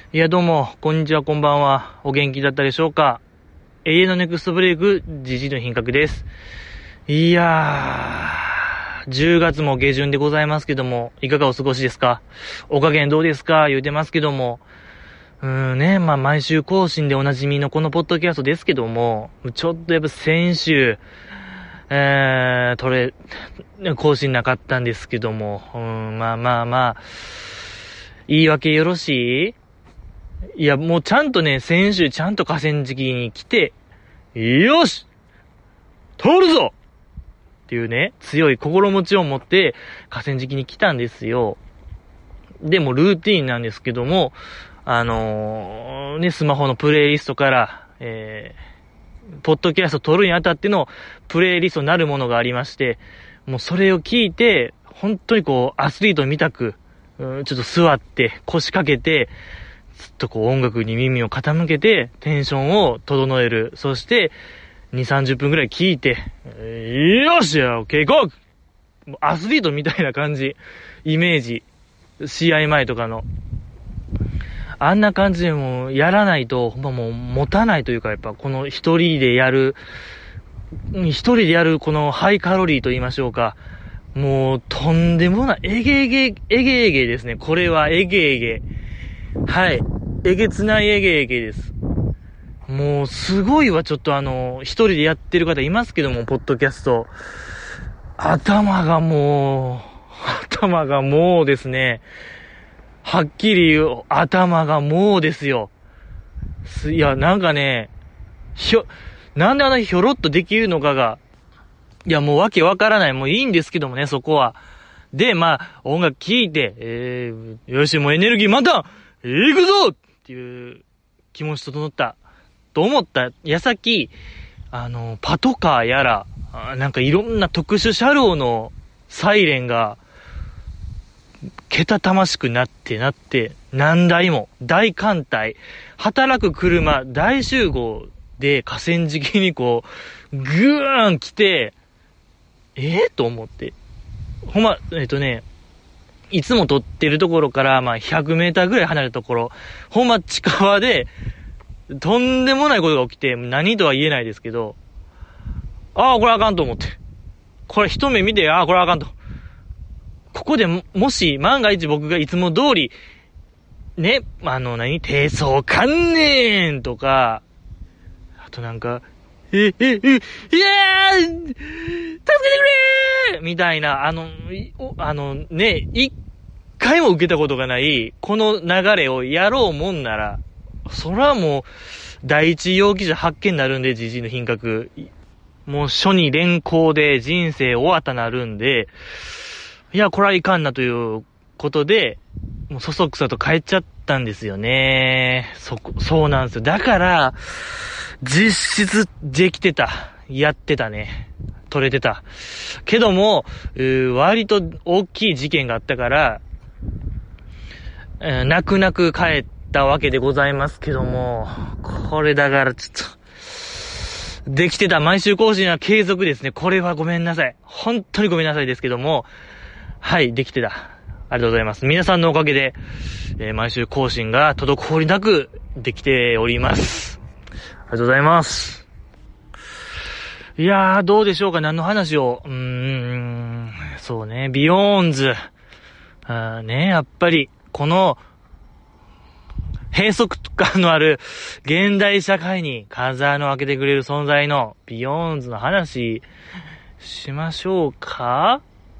いやどうも、こんにちは、こんばんは。お元気だったでしょうか。永遠のネクストブレイク、ジジイの品格です。いやー、10月も下旬でございますけども、いかがお過ごしですか。お加減どうですか言うてますけども、毎週更新でおなじみのこのポッドキャストですけども、ちょっとやっぱ先週、更新なかったんですけども、言い訳よろしい？いや、もうちゃんとね、先週ちゃんと河川敷に来て、よし通るぞっていうね、強い心持ちを持って河川敷に来たんですよ。でもルーティーンなんですけども、スマホのプレイリストから、ポッドキャスト撮るにあたってのプレイリストなるものがありまして、もうそれを聞いて、本当にこう、アスリート見たく、ちょっと座って、腰掛けて、ずっとこう音楽に耳を傾けて、テンションを整える。そして、2、30分くらい聞いて、よっしゃ、OK、ゴー！もうアスリートみたいな感じ。イメージ。試合前とかの。あんな感じでもやらないと、もう持たないというか、やっぱこの一人でやるこのハイカロリーと言いましょうか。もうとんでもない、エゲですね。これはエゲ。はい。えげつないエゲです。もうすごいわ、ちょっと一人でやってる方いますけども、ポッドキャスト。頭がもうですね。はっきり言う、頭がもうですよ。いや、なんかね、なんであんなひょろっとできるのかが、いや、もうわけわからない。もういいんですけどもね、そこは。で、音楽聴いて、よし、もうエネルギー満タン行くぞっていう気持ち整ったと思った矢先、パトカーやら、なんかいろんな特殊車両のサイレンが、けたたましくなって、何台も、大艦隊、働く車、大集合で河川敷にこう、ぐーん来て、と思って。いつも撮ってるところから、100メーターぐらい離れたところ、近場で、とんでもないことが起きて、何とは言えないですけど、これあかんと思って。これ一目見て、これあかんと。ここでもし、万が一僕がいつも通り、ね、低層観念とか、あとなんか、いやー助けてくれーみたいな、一回も受けたことがない、この流れをやろうもんなら、それはもう、第一容疑者発見になるんで、ジジイの品格。もう、書に連行で人生終わったなるんで、いや、これはいかんなということで、もうそそくさと帰っちゃったんですよね。そうなんですよ。だから、実質できてた。やってたね。取れてた。けども、割と大きい事件があったから、泣く泣く帰ったわけでございますけども、これだからちょっと、できてた。毎週更新は継続ですね。これはごめんなさい。本当にごめんなさいですけども、はい、できてた。ありがとうございます。皆さんのおかげで、毎週更新が滞りなくできております。ありがとうございます。いやー、どうでしょうか。何の話を。そうね、ビヨーンズ。やっぱり、この、閉塞感のある現代社会に風穴を開けてくれる存在のビヨーンズの話しましょうか。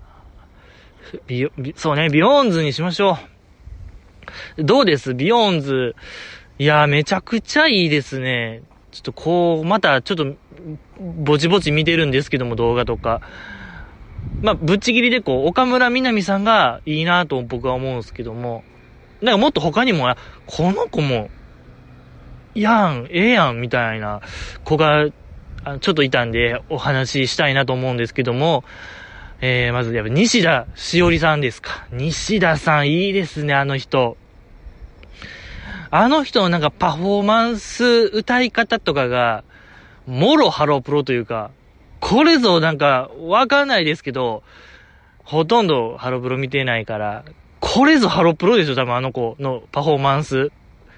そうね、ビヨーンズにしましょう。どうですビヨーンズ。いや、めちゃくちゃいいですね。ちょっとこう、またちょっと、ぼちぼち見てるんですけども、動画とか。ぶっちぎりでこう、岡村みなみさんがいいなと僕は思うんですけども、なんかもっと他にも、この子も、ええやん、みたいな子が、ちょっといたんで、お話ししたいなと思うんですけども、まず、やっぱ、西田しおりさんですか。西田さん、いいですね、あの人。あの人のなんかパフォーマンス、歌い方とかが、もろハロプロというか、これぞなんか、わかんないですけど、ほとんどハロプロ見てないから、これぞハロプロですよ、多分あの子のパフォーマンス。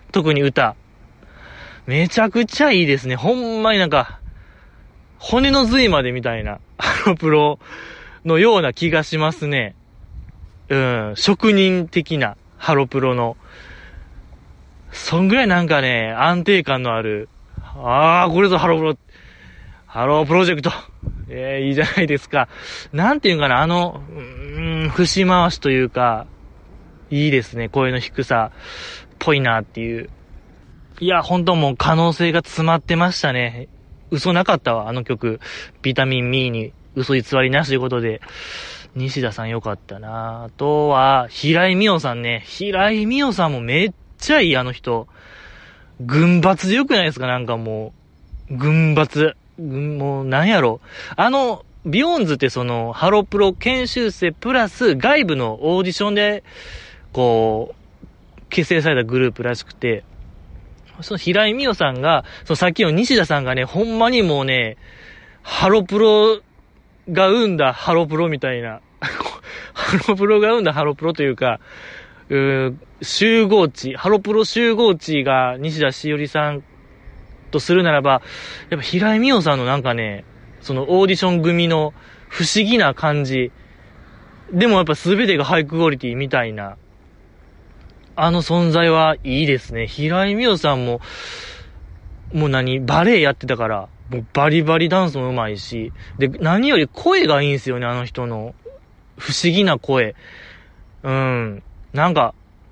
特に歌。めちゃくちゃいいですね。ほんまになんか、骨の髄までみたいな、ハロプロのような気がしますね。職人的なハロプロの。そんぐらいなんかね、安定感のある、これぞハロプロジェクト。いいじゃないですか。なんていうんかな、節回しというか、いいですね。声の低さ、っぽいなっていう。いや、本当もう可能性が詰まってましたね。嘘なかったわ、あの曲。ビタミンミーに嘘偽りなしということで。西田さんよかったな。あとは、平井美桜さんね。平井美桜さんもめっちゃいい、あの人。群抜でよくないですか？なんかもう、群抜。もう、なんやろ。ビヨーンズってその、ハロプロ研修生プラス外部のオーディションで、こう、結成されたグループらしくて、その平井美桜さんが、そのさっきの西田さんがね、ほんまにもうね、ハロプロが生んだハロプロみたいな、ハロプロが生んだハロプロというか、集合値、ハロプロ集合値が西田しおりさんとするならば、やっぱ平井美桜さんのなんかね、そのオーディション組の不思議な感じ、でもやっぱ全てがハイクオリティみたいな、あの存在はいいですね。平井美桜さんも、もうバレエやってたから、もうバリバリダンスも上手いし、で、何より声がいいんですよね、あの人の。不思議な声。なんか、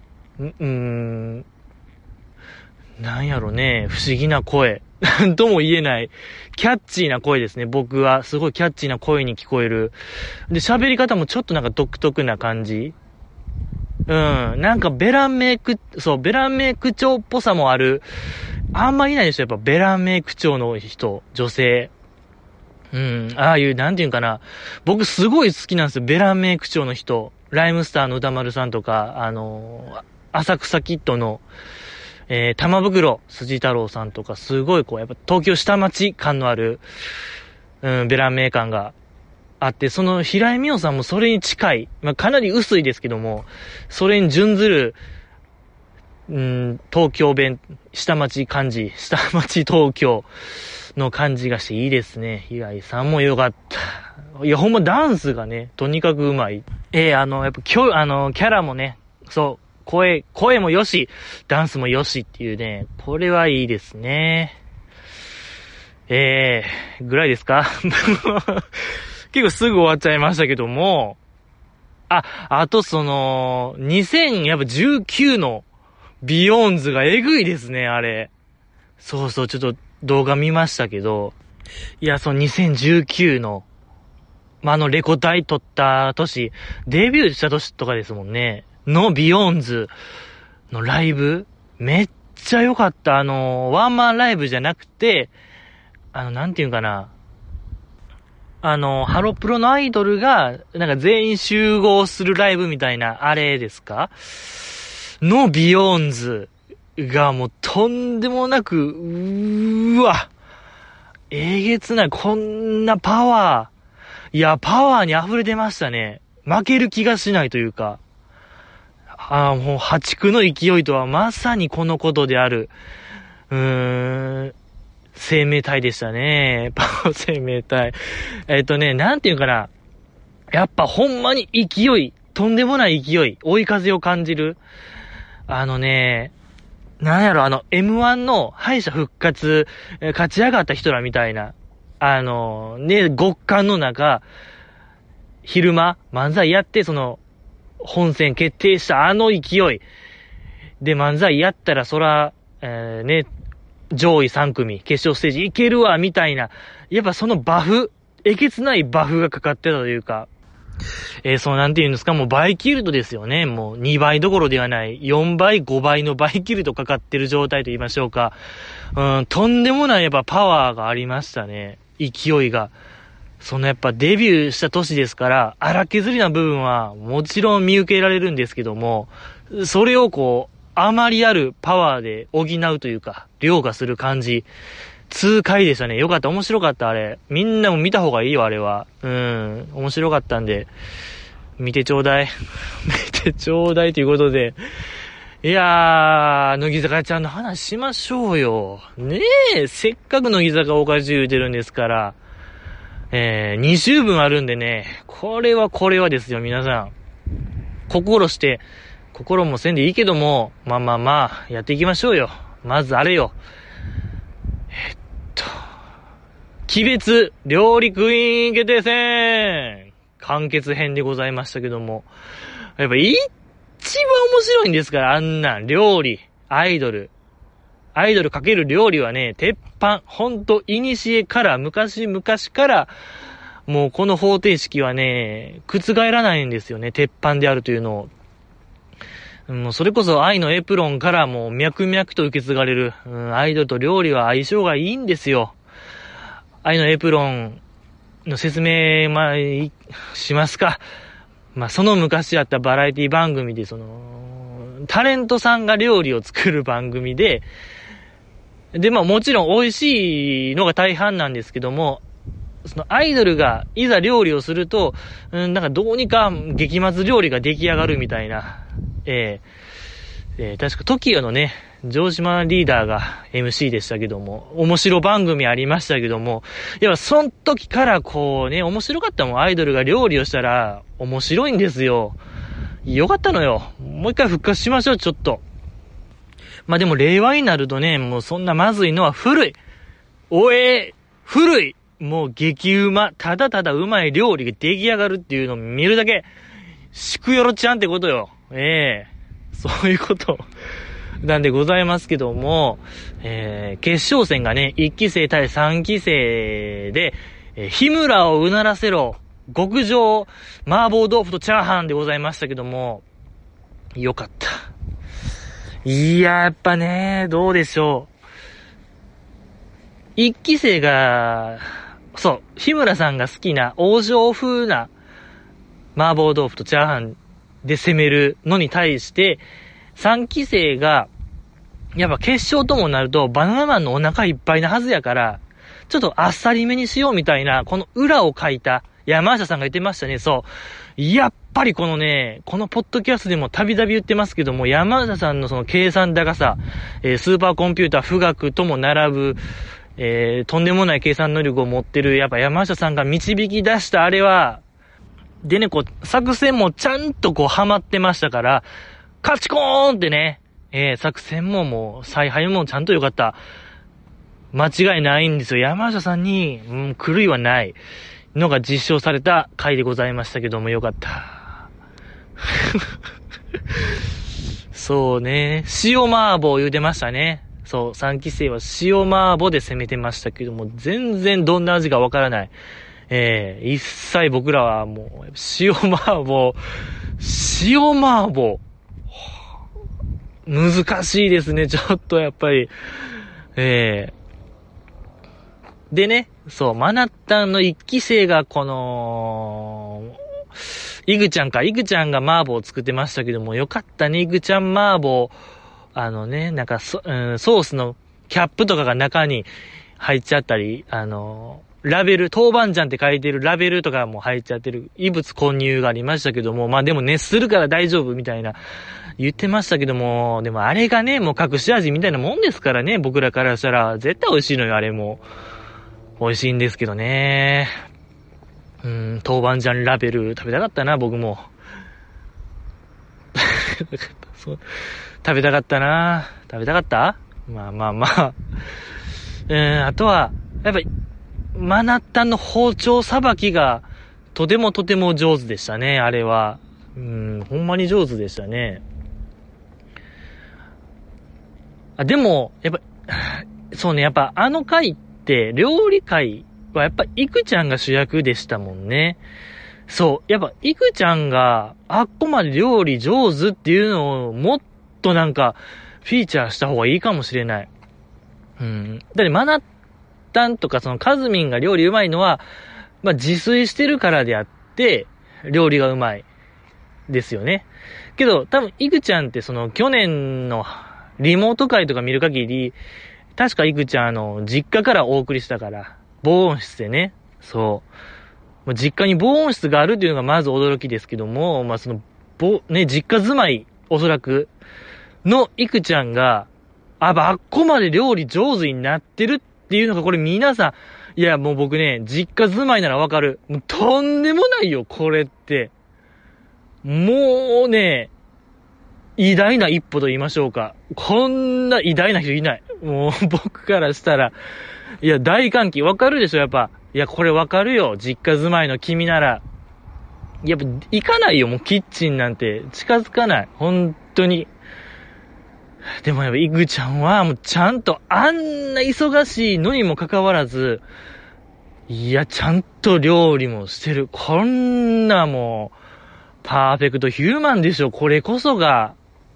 なんやろね、不思議な声。なんとも言えない、キャッチーな声ですね。僕は、すごいキャッチーな声に聞こえる。で、喋り方もちょっとなんか独特な感じ。なんかベランメイク調っぽさもある。あんまりいないでしょ、やっぱベランメイク調の人、女性。ああいう、なんていうんかな。僕すごい好きなんですよ、ベランメイク調の人。ライムスターの歌丸さんとか、浅草キッドの、玉袋筋太郎さんとか、すごいこう、やっぱ東京下町感のある、ベランメイ感があって、その平井美桜さんもそれに近い、かなり薄いですけども、それに準ずる、東京弁、下町東京の感じがしていいですね。平井さんもよかった。いや、ほんまダンスがね、とにかくうまい。やっぱキャラもね、そう、声もよし、ダンスもよしっていうね、これはいいですね。ぐらいですか結構すぐ終わっちゃいましたけども、あと2019のビヨーンズがえぐいですね、あれ。そうそう、ちょっと動画見ましたけど、いや、2019の、レコ大撮った年、デビューした年とかですもんね。のビヨーンズのライブ、めっちゃ良かった。ワンマンライブじゃなくて、なんていうんかな。ハロプロのアイドルが、なんか全員集合するライブみたいな、あれですか？のビヨーンズがもうとんでもなく、えげつない、こんなパワー。いや、パワーに溢れてましたね。負ける気がしないというか。もう破竹の勢いとはまさにこのことである。生命体でしたね。パワー生命体。なんていうかな。やっぱほんまに勢い。とんでもない勢い。追い風を感じる。なんやろ、M1 の敗者復活、勝ち上がった人らみたいな。極寒の中、昼間、漫才やって、本戦決定した勢い。で、漫才やったら、上位3組、決勝ステージいけるわ、みたいな。やっぱそのえげつないバフがかかってたというか、なんて言うんですか、もうバイキルトですよね。もう2倍どころではない、4倍、5倍のバイキルトかかってる状態と言いましょうか。とんでもないやっぱパワーがありましたね。勢いが。やっぱデビューした年ですから、荒削りな部分はもちろん見受けられるんですけども、それをあまりあるパワーで補うというか、凌駕する感じ。痛快でしたね。よかった。面白かった、あれ。みんなも見た方がいいよ、あれは。面白かったんで、見てちょうだい。見てちょうだいということで、 いやー、乃木坂ちゃんの話しましょうよ。ねえ、せっかく乃木坂おかしい言うてるんですから、2週分あるんでね、これはですよ、皆さん。心もせんでいいけども、まあ、やっていきましょうよ。まずあれよ。鬼別料理クイーン決定戦完結編でございましたけども。やっぱ一番面白いんですから、あんな料理、アイドルかける料理はね、鉄板、ほんと、昔々から、もうこの方程式はね、覆らないんですよね、鉄板であるというのを。もうそれこそ愛のエプロンからもう脈々と受け継がれる、アイドルと料理は相性がいいんですよ。愛のエプロンの説明、しますか。その昔あったバラエティ番組で、タレントさんが料理を作る番組で、もちろん美味しいのが大半なんですけども、そのアイドルがいざ料理をすると、なんかどうにか激まず料理が出来上がるみたいな、確か TOKIO のね、城島リーダーが MC でしたけども、面白番組ありましたけども、その時から面白かったもん。アイドルが料理をしたら面白いんですよ。よかったのよ。もう一回復活しましょう、ちょっと。でも令和になるとね、もうそんなまずいのは古い。古い。もう激うま。ただただうまい料理が出来上がるっていうのを見るだけ、しくよろちゃんってことよ。そういうことなんでございますけども、決勝戦がね、1期生対3期生で、日村をうならせろ、極上麻婆豆腐とチャーハンでございましたけども、よかった。やっぱね、どうでしょう。1期生が、日村さんが好きな王将風な麻婆豆腐とチャーハンで攻めるのに対して、3期生が、やっぱ決勝ともなるとバナナマンのお腹いっぱいなはずやから、ちょっとあっさりめにしようみたいな、この裏を書いた山下さんが言ってましたね、やっぱりこのポッドキャストでもたびたび言ってますけども、山下さんのその計算高さ、スーパーコンピューター富岳とも並ぶ、とんでもない計算能力を持ってる、やっぱ山下さんが導き出したあれは、でね、作戦もちゃんとハマってましたから、カチコーンってね、作戦も采配もちゃんと良かった。間違いないんですよ。山下さんに、狂いはないのが実証された回でございましたけども、よかった。そうね、塩麻婆言うてましたね。3期生は塩麻婆で攻めてましたけども、全然どんな味かわからない。一切僕らはもう、塩麻婆。難しいですね、ちょっとやっぱり。でね、マナッタンの一期生がイグちゃんが麻婆を作ってましたけども、よかったね、イグちゃん麻婆。なんかソースのキャップとかが中に入っちゃったり、ラベル、豆板醤って書いてるラベルとかも入っちゃってる異物混入がありましたけども、でも熱するから大丈夫みたいな言ってましたけども、でもあれがね、もう隠し味みたいなもんですからね、僕らからしたら絶対美味しいのよ、あれも。美味しいんですけどね。豆板醤ラベル食べたかったな、僕も。食べたかったな。食べたかった？あとは、やっぱり、マナッタンの包丁さばきが、とても上手でしたね、あれは。ほんまに上手でしたね。でも、やっぱあの回って、料理回はやっぱイクちゃんが主役でしたもんね。やっぱイクちゃんがあっこまで料理上手っていうのをもっとフィーチャーした方がいいかもしれない。だってマナッタンとかカズミンが料理うまいのは、自炊してるからであって、料理がうまい。ですよね。けど、多分イクちゃんって去年のリモート会とか見る限り、確かイクちゃん実家からお送りしたから、防音室でね、実家に防音室があるっていうのがまず驚きですけども、実家住まい、おそらく、 のいくちゃんが、あっこまで料理上手になってるっていうのが、これ皆さん、いやもう僕ね、実家住まいならわかる。もうとんでもないよ、これって。もうね、偉大な一歩と言いましょうか。こんな偉大な人いない。もう僕からしたら、いや大歓喜。わかるでしょ、やっぱ。いやこれわかるよ、実家住まいの君なら。やっぱ行かないよ、もうキッチンなんて近づかない。本当に。でもやっぱイグちゃんはもうちゃんとあんな忙しいのにもかかわらず、いやちゃんと料理もしてる。こんなもうパーフェクトヒューマンでしょ。これこそが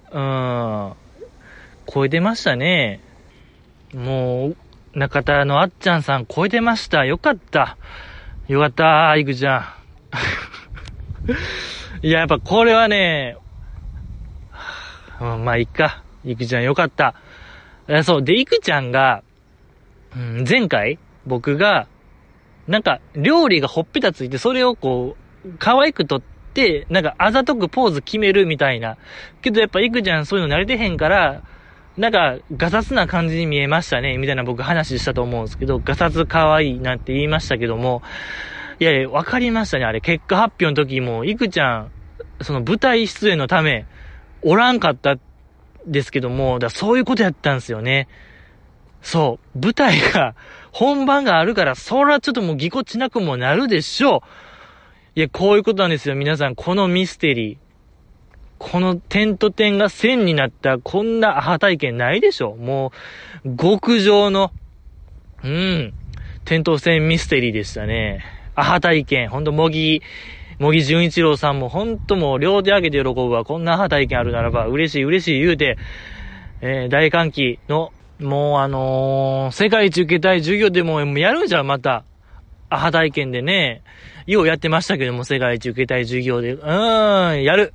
超えてましたね。もう中田のあっちゃんさん超えてました。よかったよかったイグちゃんいややっぱこれはね、まあいっか。いくちゃんよかった。そう。で、いくちゃんが、前回、僕が、なんか、料理がほっぺたついて、それをこう、可愛く撮って、なんか、あざとくポーズ決めるみたいな。けどやっぱいくちゃんそういうの慣れてへんから、なんか、ガサツな感じに見えましたね。みたいな僕話したと思うんですけど、ガサツ可愛いなんて言いましたけども、いやいや、わかりましたね。あれ、結果発表の時も、いくちゃん、その舞台出演のため、おらんかったですけども、そういうことやったんですよね。そう。舞台が、本番があるから、そらちょっともうぎこちなくもなるでしょう。いや、こういうことなんですよ。皆さん、このミステリー。この点と点が線になった、こんなアハ体験ないでしょ。もう、極上の、点と線ミステリーでしたね。アハ体験。ほんと、茂木純一郎さんもほんともう両手上げて喜ぶわ。こんなアハ体験あるならば嬉しい言うて、大歓喜の、もう世界一受けたい授業でもやるんじゃん、また。アハ体験でね。ようやってましたけども、世界一受けたい授業で。やる。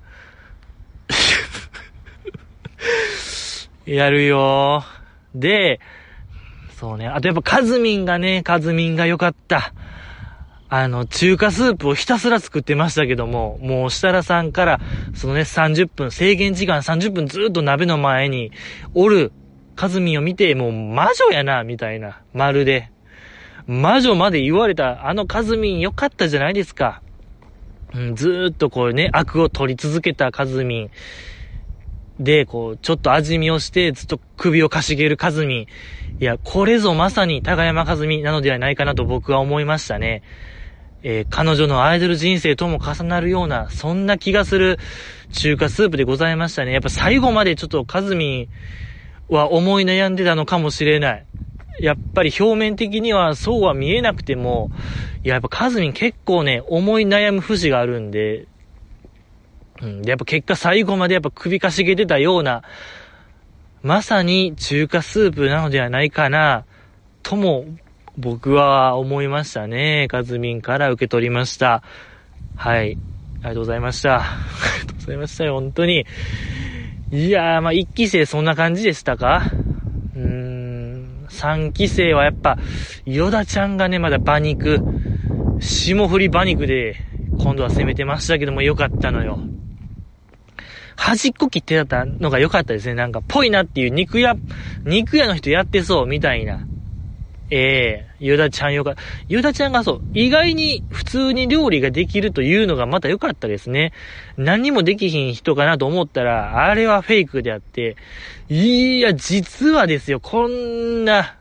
やるよ。で、そうね。あとやっぱカズミンが良かった。中華スープをひたすら作ってましたけども、もう設楽さんから、そのね、30分、制限時間30分ずっと鍋の前におるカズミンを見て、もう魔女やな、みたいな。まるで。魔女まで言われた、カズミン良かったじゃないですか。ずーっとこうね、悪を取り続けたカズミン。で、こう、ちょっと味見をして、ずっと首をかしげるカズミン。いや、これぞまさに高山カズミなのではないかなと僕は思いましたね。彼女のアイドル人生とも重なるような、そんな気がする中華スープでございましたね。やっぱ最後までちょっとカズミンは思い悩んでたのかもしれない。やっぱり表面的にはそうは見えなくても、やっぱカズミン結構ね、思い悩む節があるんで、で、やっぱ結果最後までやっぱ首かしげてたような、まさに中華スープなのではないかな、とも、僕は思いましたね。カズミンから受け取りました。はい。ありがとうございました。ありがとうございましたよ、本当に。いやー、まあ、1期生そんな感じでしたか？3期生はやっぱ、ヨダちゃんがね、まだ馬肉、霜降り馬肉で、今度は攻めてましたけども、よかったのよ。端っこ切ってたのが良かったですね。なんか、ぽいなっていう肉屋の人やってそうみたいな。ヨダちゃんヨダちゃんがそう、意外に普通に料理ができるというのがまた良かったですね。何もできひん人かなと思ったら、あれはフェイクであって、いや、実はですよ、こんな、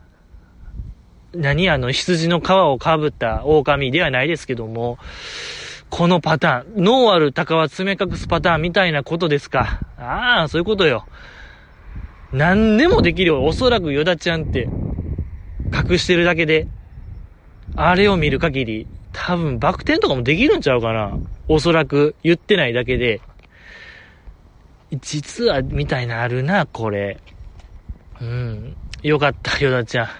羊の皮をかぶった狼ではないですけども、このパターン、脳ある鷹は爪隠すパターンみたいなことですか。そういうことよ。何でもできるよ。おそらくヨダちゃんって、隠してるだけで、あれを見る限り、多分バク転とかもできるんちゃうかな。おそらく言ってないだけで。実は、みたいなあるな、これ。よかった、ヨダちゃん。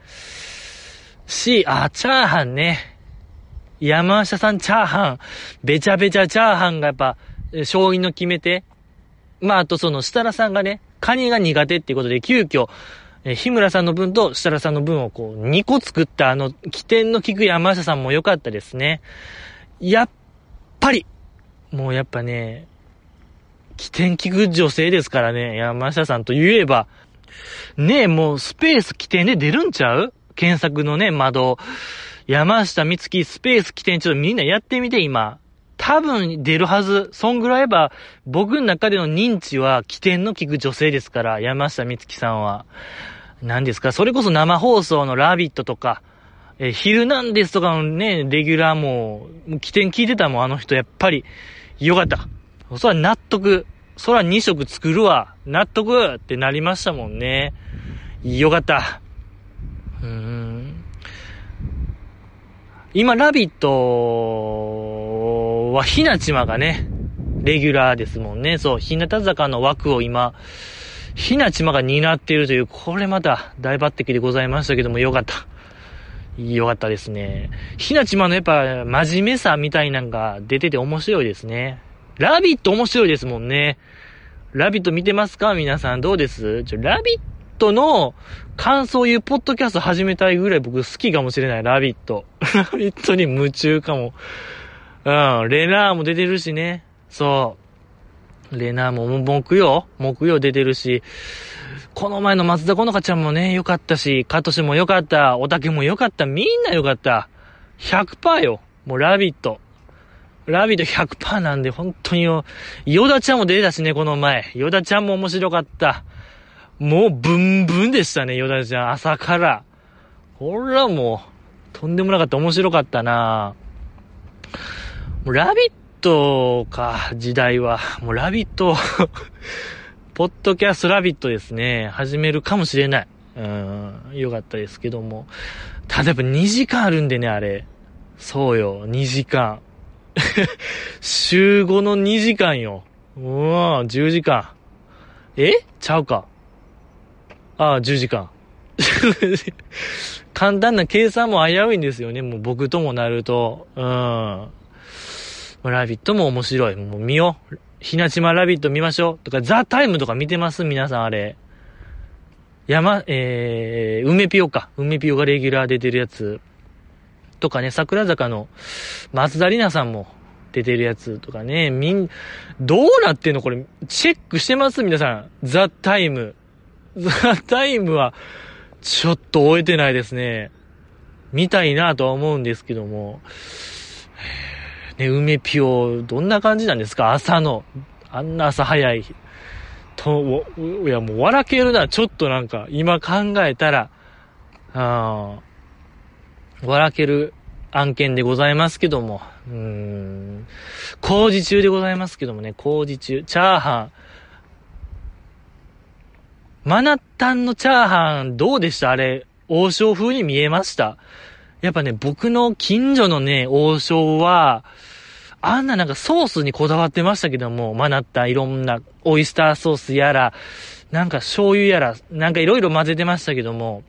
チャーハンね。山下さんチャーハン。べちゃべちゃチャーハンがやっぱ、勝因の決め手。あとその、設楽さんがね、カニが苦手っていうことで、急遽、日村さんの分と設楽さんの分をこう2個作った起点の利く山下さんも良かったですね。やっぱりもうやっぱね、 起点聞く女性ですからね。山下さんと言えば。ねえ、もうスペース起点で出るんちゃう？検索のね、窓。山下美月スペース起点ちょっとみんなやってみて今。多分出るはず。そんぐらいば、僕の中での認知は起点の聞く女性ですから、山下美月さんは。何ですか？それこそ生放送のラビットとか、ヒルナンデスとかのね、レギュラーも起点聞いてたもん、あの人。やっぱり、よかった。そら納得。そら2色作るわ。納得ってなりましたもんね。よかった。今、ラビットは、ひなちまがね、レギュラーですもんね。そう、日向坂の枠を今、ひなちまが担っているという、これまた大抜擢でございましたけども、よかった。よかったですね。ひなちまのやっぱ、真面目さみたいなのが出てて面白いですね。ラビット面白いですもんね。ラビット見てますか皆さん？どうです？ラビットの感想を言うポッドキャスト始めたいぐらい僕好きかもしれない。ラビット。ラビットに夢中かも。レナーも出てるしね。そう。レナーも木曜出てるし、この前の松田好花ちゃんもね、良かったし、カトシも良かった、おたけも良かった、みんな良かった。100% よ。もうラビット。ラビット 100% なんで、本当によ。ヨダちゃんも出てたしね、この前。ヨダちゃんも面白かった。もうブンブンでしたね、ヨダちゃん。朝から。ほらもう、とんでもなかった。面白かったなもうラビットか、時代は。もうラビット、ポッドキャストラビットですね。始めるかもしれない。よかったですけども。ただやっぱ2時間あるんでね、あれ。そうよ、2時間。週5の2時間よ。10時間。ちゃうか。10時間。簡単な計算も危ういんですよね。もう僕ともなると。ラビットも面白い。もう見よう。ひなちまラビット見ましょう。とか、ザ・タイムとか見てます皆さんあれ。梅ピオか。梅ピオがレギュラー出てるやつ。とかね、桜坂の松田里奈さんも出てるやつとかね、どうなってんのこれ、チェックしてます皆さん。ザ・タイム。ザ・タイムは、ちょっと終えてないですね。見たいなとは思うんですけども。ね、梅ピオ、どんな感じなんですか朝の。あんな朝早い。いやもう笑けるな。ちょっとなんか、今考えたら、笑ける案件でございますけども。工事中でございますけどもね、工事中。チャーハン。マナッタンのチャーハン、どうでしたあれ、王将風に見えました。やっぱね、僕の近所のね、王将は、あんななんかソースにこだわってましたけども、マナッタンいろんなオイスターソースやら、なんか醤油やら、なんかいろいろ混ぜてましたけども、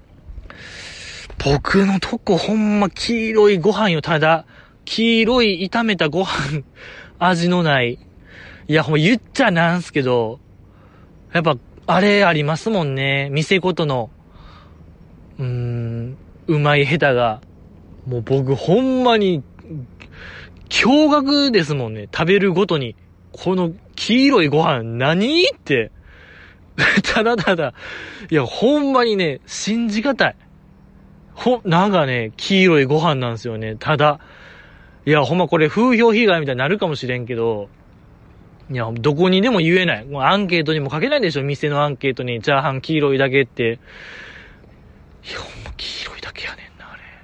僕のとこほんま黄色いご飯よ、ただ。黄色い炒めたご飯、味のない。いや、ほんま言っちゃなんすけど、やっぱ、あれありますもんね。店ごとの、うまい下手が。もう僕ほんまに、驚愕ですもんね。食べるごとに。この黄色いご飯何って。ただただ、いや、ほんまにね、信じがたい。なんかね、黄色いご飯なんですよね。ただ、いや、ほんまこれ風評被害みたいになるかもしれんけど、いや、どこにでも言えない。もうアンケートにも書けないでしょ。店のアンケートに、チャーハン黄色いだけって。いや、ほんま黄色いだけやねんな、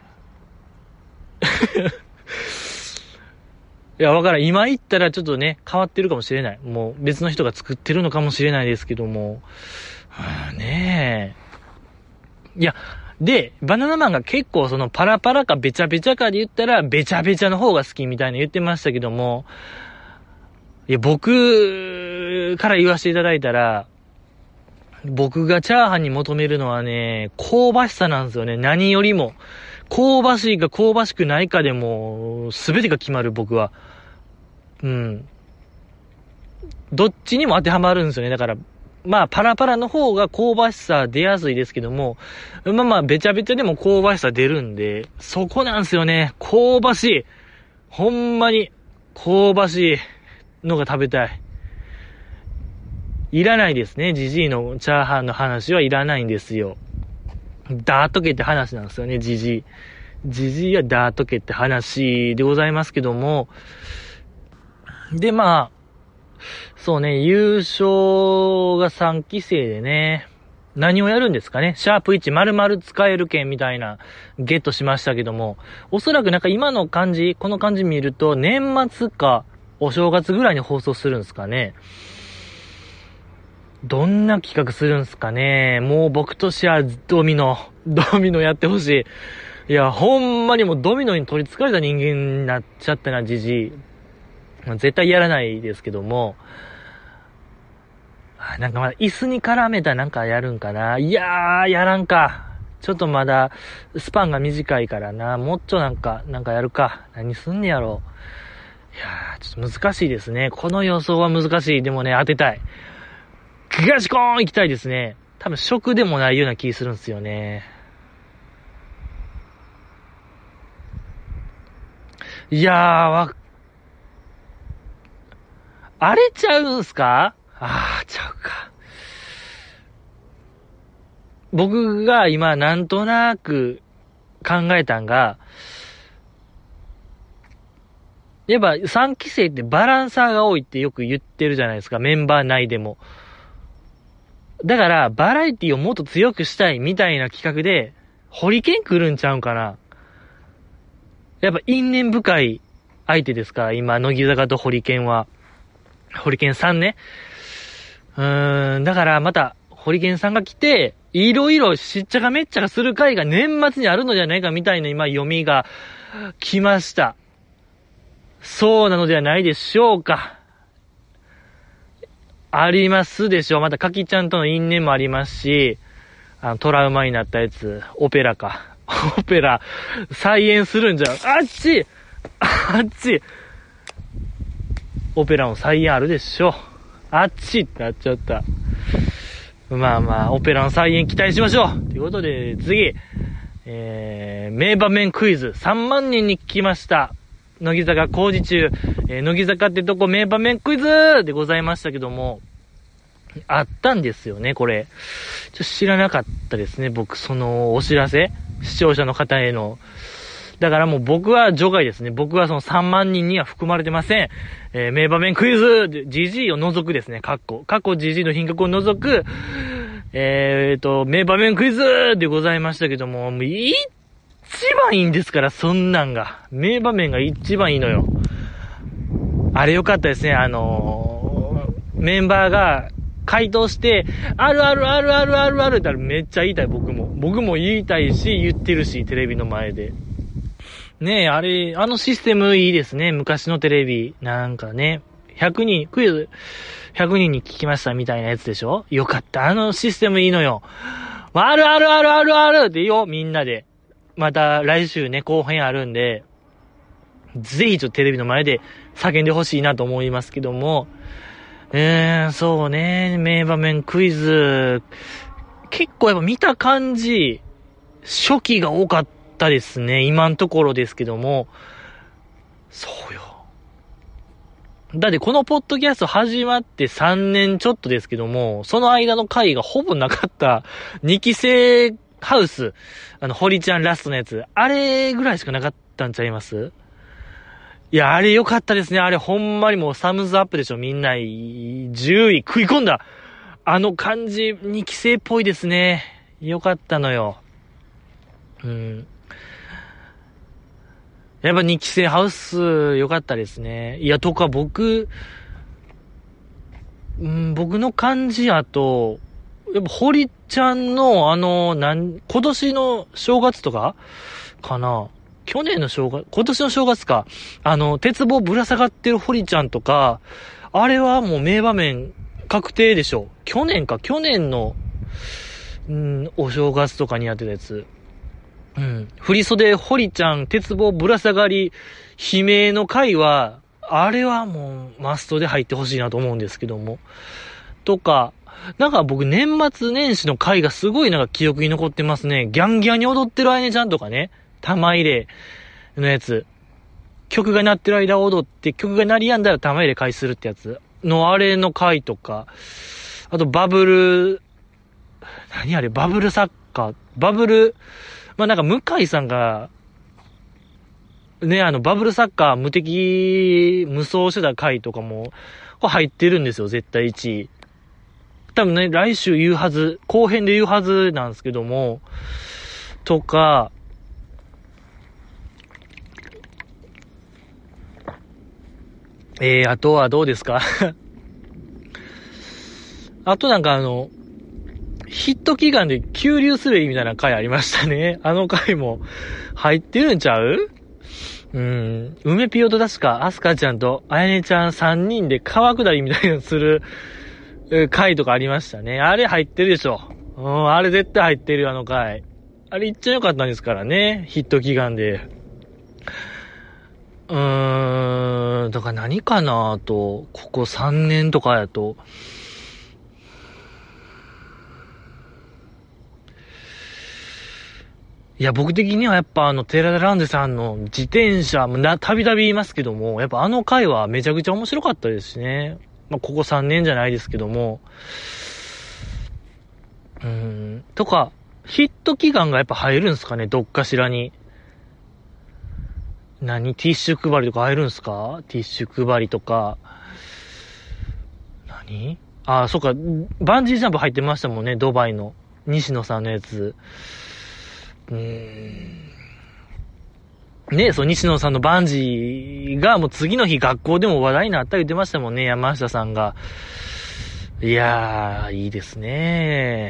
あれ。いや、わからん。今言ったらちょっとね、変わってるかもしれない。もう別の人が作ってるのかもしれないですけども。ねえ。いや、で、バナナマンが結構そのパラパラかベチャベチャかで言ったら、ベチャベチャの方が好きみたいに言ってましたけども、いや、僕から言わせていただいたら、僕がチャーハンに求めるのはね、香ばしさなんですよね。何よりも。香ばしいか香ばしくないかでも、すべてが決まる僕は。どっちにも当てはまるんですよね。だから、まあ、パラパラの方が香ばしさ出やすいですけども、まあ、べちゃべちゃでも香ばしさ出るんで、そこなんですよね。香ばしい。ほんまに、香ばしいのが食べたい。 いらないですね。ジジイのチャーハンの話はいらないんですよ。ダートけって話なんですよね、ジジイ。ジジイはダートけって話でございますけども。で、まあ、そうね、優勝が3期生でね、何をやるんですかね。シャープ1丸々使える券みたいなゲットしましたけども、おそらくなんか今の感じ、この感じ見ると年末かお正月ぐらいに放送するんですかね。どんな企画するんですかね。もう僕としてはドミノやってほしい。いや、ほんまにもうドミノに取り憑かれた人間になっちゃったな、ジジイ。絶対やらないですけども、なんかまだ椅子に絡めたなんかやるんかな。いやー、やらんか。ちょっとまだスパンが短いからな。もっとなんかやるか。何すんねやろう。いやー、ちょっと難しいですね。この予想は難しい。でもね、当てたい。ガシコーン行きたいですね。多分食でもないような気するんですよね。いやー、あれちゃうんすか？ちゃうか。僕が今なんとなく考えたんが、やっぱ3期生ってバランサーが多いってよく言ってるじゃないですか、メンバー内でも。だからバラエティをもっと強くしたいみたいな企画で、ホリケン来るんちゃうんかな。やっぱ因縁深い相手ですから、今、乃木坂とホリケンは。ホリケンさんね。だからまた、ホリケンさんが来て、いろいろしっちゃかめっちゃかする回が年末にあるのじゃないかみたいな今読みが来ました。そうなのではないでしょうか。ありますでしょう。また、かきちゃんとの因縁もありますし、トラウマになったやつ、オペラか。オペラ、再演するんじゃ、あっちオペラも再演あるでしょう。あっちってなっちゃった。まあまあ、オペラの再演期待しましょう。ということで、次、名場面クイズ、3万人に聞きました。乃木坂工事中、乃木坂ってとこ名場面クイズでございましたけども、あったんですよね、これ。知らなかったですね、僕、そのお知らせ、視聴者の方への。だからもう僕は除外ですね。僕はその3万人には含まれてません。名場面クイズで、GG を除くですね、過去 GG の品格を除く、名場面クイズでございましたけども、もう一番いいんですから、そんなんが。名場面が一番いいのよ。あれよかったですね、メンバーが回答して、あるってめっちゃ言いたい、僕も言いたいし、言ってるし、テレビの前で。ねえ、あのシステムいいですね。昔のテレビ。なんかね、クイズ100人に聞きましたみたいなやつでしょ？よかった。あのシステムいいのよ。あるって言うよ、みんなで。また来週ね、後編あるんで、ぜひちょっとテレビの前で叫んでほしいなと思いますけども、そうね、名場面クイズ、結構やっぱ見た感じ、初期が多かったですね。今のところですけども。そうよ。だってこのポッドキャスト始まって3年ちょっとですけども、その間の回がほぼなかった2期生ハウス、堀ちゃんラストのやつ、あれぐらいしかなかったんちゃいます？いや、あれ良かったですね。あれほんまにもうサムズアップでしょ。みんな10位食い込んだ。あの感じ、2期生っぽいですね。良かったのよ。やっぱ2期生ハウス良かったですね。いや、とか僕の感じやと、やっぱ堀ちゃんの今年の正月とかかな。今年の正月か。鉄棒ぶら下がってる堀ちゃんとか、あれはもう名場面確定でしょ。去年の、お正月とかにやってたやつ。振り袖、堀ちゃん、鉄棒ぶら下がり、悲鳴の回は、あれはもうマストで入ってほしいなと思うんですけども。とか、なんか僕年末年始の回がすごいなんか記憶に残ってますね。ギャンギャンに踊ってるあいねちゃんとかね。玉入れのやつ。曲が鳴ってる間踊って、曲が鳴り止んだら玉入れ回するってやつのあれの回とか。 あとバブル、何あれ、バブルサッカー、バブル、まあ、なんか向井さんが、ね、バブルサッカー無双してた回とかも、これ入ってるんですよ、絶対1位。多分ね、来週言うはず、後編で言うはずなんですけども、とか、あとはどうですかあとなんかヒット祈願で急流滑りみたいな回ありましたね。あの回も入ってるんちゃう？梅ピオと確かアスカちゃんとあやねちゃん3人で川下りみたいなのする回とかありましたね。あれ入ってるでしょ。あれ絶対入ってるよ、あの回。あれ言っちゃよかったんですからね。ヒット祈願で。だから何かなと、ここ3年とかやと。いや、僕的にはやっぱ寺田ランデさんの自転車、たびたび言いますけども、やっぱあの回はめちゃくちゃ面白かったですしね。まあ、ここ3年じゃないですけども。とか、ヒット祈願がやっぱ入るんすかね、どっかしらに。ティッシュ配りとか入るんすか？ティッシュ配りとか。そっか、バンジージャンプ入ってましたもんね、ドバイの。西野さんのやつ。ね、そう、西野さんのバンジーがもう次の日学校でも話題になった言ってましたもんね、山下さんが。いやー、いいですね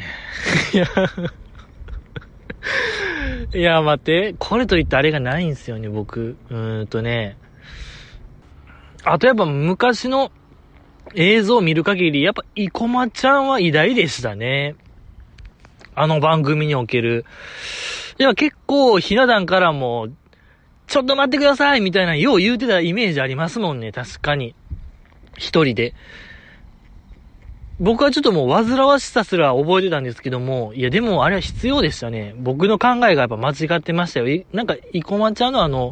いや、待って、これといってあれがないんですよね、僕。あとやっぱ昔の映像を見る限り、やっぱ生駒ちゃんは偉大でしたね。あの番組における。いや、結構、ひな壇からも、ちょっと待ってくださいみたいな、よう言うてたイメージありますもんね、確かに。一人で。僕はちょっともう煩わしさすら覚えてたんですけども、いやでもあれは必要でしたね。僕の考えがやっぱ間違ってましたよ。なんか、生駒ちゃんの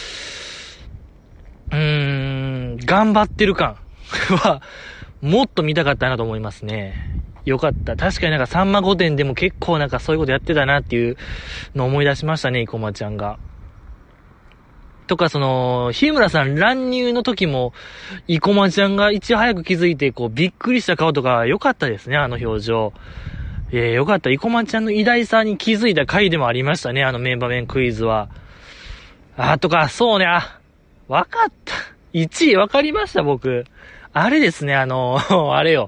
頑張ってる感は、もっと見たかったなと思いますね。よかった。確かになんかさんま御殿でも結構なんかそういうことやってたなっていうのを思い出しましたね、生駒ちゃんが。とか日村さん乱入の時も、生駒ちゃんがいち早く気づいて、こう、びっくりした顔とか良かったですね、あの表情。良かった。生駒ちゃんの偉大さに気づいた回でもありましたね、あのメンバメンクイズは。とか、そうね、わかった。1位わかりました、僕。あれですね、あれよ。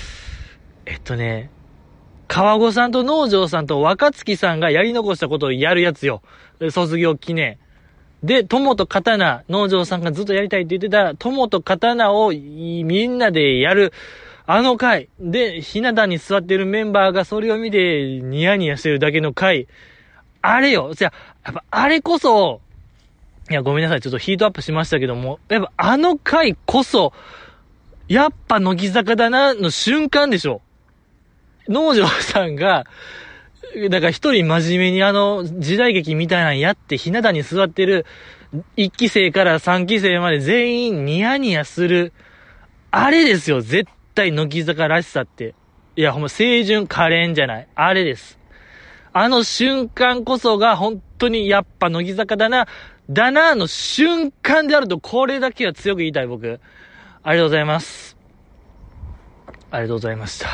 川越さんと農場さんと若月さんがやり残したことをやるやつよ。卒業記念。で、友と刀、農場さんがずっとやりたいって言ってた、友と刀をみんなでやる、あの回。で、ひな壇に座ってるメンバーがそれを見てニヤニヤしてるだけの回。あれよ。やっぱあれこそ、いや、ごめんなさい。ちょっとヒートアップしましたけども、やっぱあの回こそ、やっぱ乃木坂だな、の瞬間でしょ。農場さんが、だから一人真面目に時代劇みたいなのやって、ひな壇に座ってる、1期生から3期生まで全員ニヤニヤする。あれですよ、絶対乃木坂らしさって。いや、ほんま、清純可憐じゃない。あれです。あの瞬間こそが本当にやっぱ乃木坂だなの瞬間であると、これだけは強く言いたい、僕。ありがとうございます。ありがとうございました。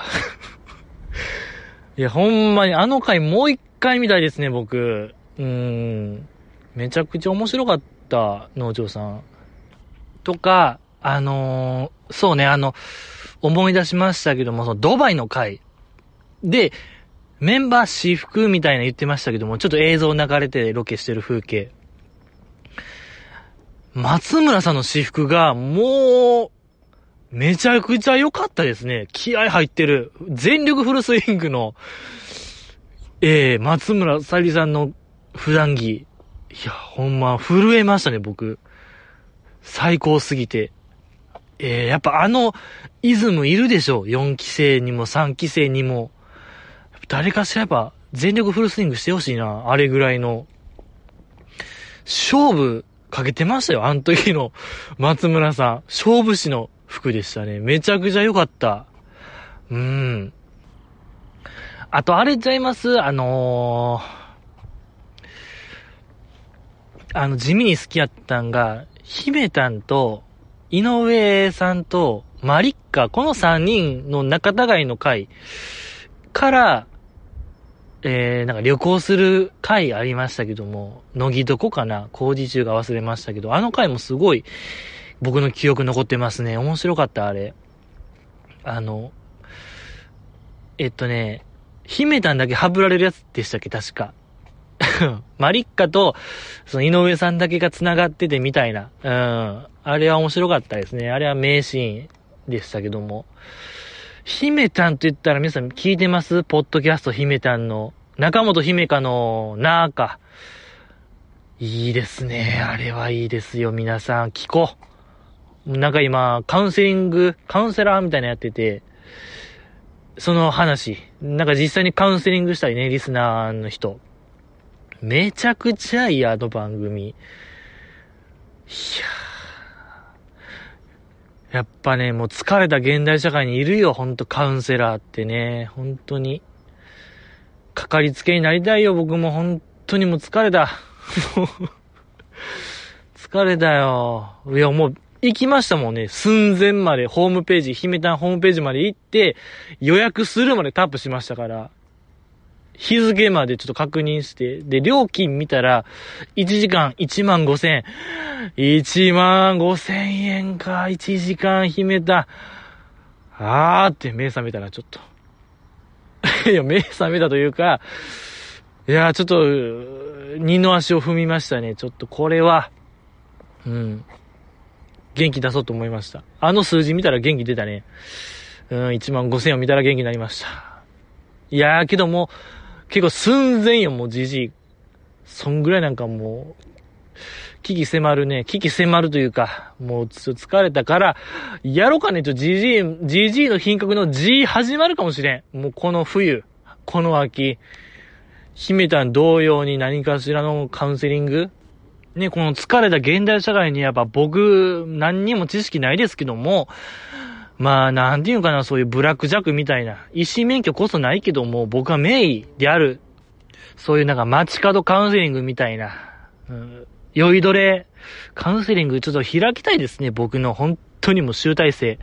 いや、ほんまにあの回もう一回見たいですね、僕。めちゃくちゃ面白かった、農場さん。とか、そうね、思い出しましたけども、そのドバイの回で、メンバー私服みたいな言ってましたけども、ちょっと映像流れてロケしてる風景。松村さんの私服が、もう、めちゃくちゃ良かったですね。気合入ってる。全力フルスイングの、松村さりさんの普段着。いや、ほんま、震えましたね、僕。最高すぎて。やっぱイズムいるでしょ。4期生にも3期生にも。誰かしらやっぱ、全力フルスイングしてほしいな。あれぐらいの。勝負かけてましたよ。あの時の松村さん。勝負師の服でしたね。めちゃくちゃ良かった。 うん。あと、あれちゃいます？地味に好きやったんが、姫たんと、井上さんと、マリッカ、この3人の仲違いの会から、なんか旅行する会ありましたけども、乃木どこかな、工事中が忘れましたけど、あの会もすごい僕の記憶残ってますね。面白かった、あれ。姫たんだけハブられるやつでしたっけ、確か。マリッカと、その井上さんだけが繋がっててみたいな。うん。あれは面白かったですね。あれは名シーンでしたけども。姫たんと言ったら皆さん聞いてます？ポッドキャスト姫たんの。中本姫香のなーか。いいですね。あれはいいですよ。皆さん聞こう。なんか今、カウンセラーみたいなのやってて、その話。なんか実際にカウンセリングしたりね、リスナーの人。めちゃくちゃいい、あの番組。いやー、やっぱね、もう疲れた現代社会にいるよ、ほんとカウンセラーってね。本当に。かかりつけになりたいよ、僕も本当にもう疲れた。疲れたよ。いや、もう行きましたもんね。寸前までホームページ、姫たんホームページまで行って、予約するまでタップしましたから。日付までちょっと確認して、で、料金見たら、1時間15,000円。15,000円か、1時間姫た。あーって目覚めたらちょっと。いや、目覚めたというか、いや、ちょっと、二の足を踏みましたね。ちょっとこれは、うん。元気出そうと思いました。あの数字見たら元気出たね。15,000円を見たら元気になりました。いやーけども、結構寸前よ、もうじじい。そんぐらいなんかもう、危機迫るというか、もう疲れたから、やろうかねとじじいの品格の G 始まるかもしれん。もうこの冬、この秋、姫たん同様に何かしらのカウンセリングね、この疲れた現代社会にやっぱ僕、何にも知識ないですけども、まあ、なんていうかな、そういうブラックジャックみたいな、医師免許こそないけども、僕は名医である、そういうなんか街角カウンセリングみたいな、酔いどれ、カウンセリングちょっと開きたいですね、僕の本当にもう集大成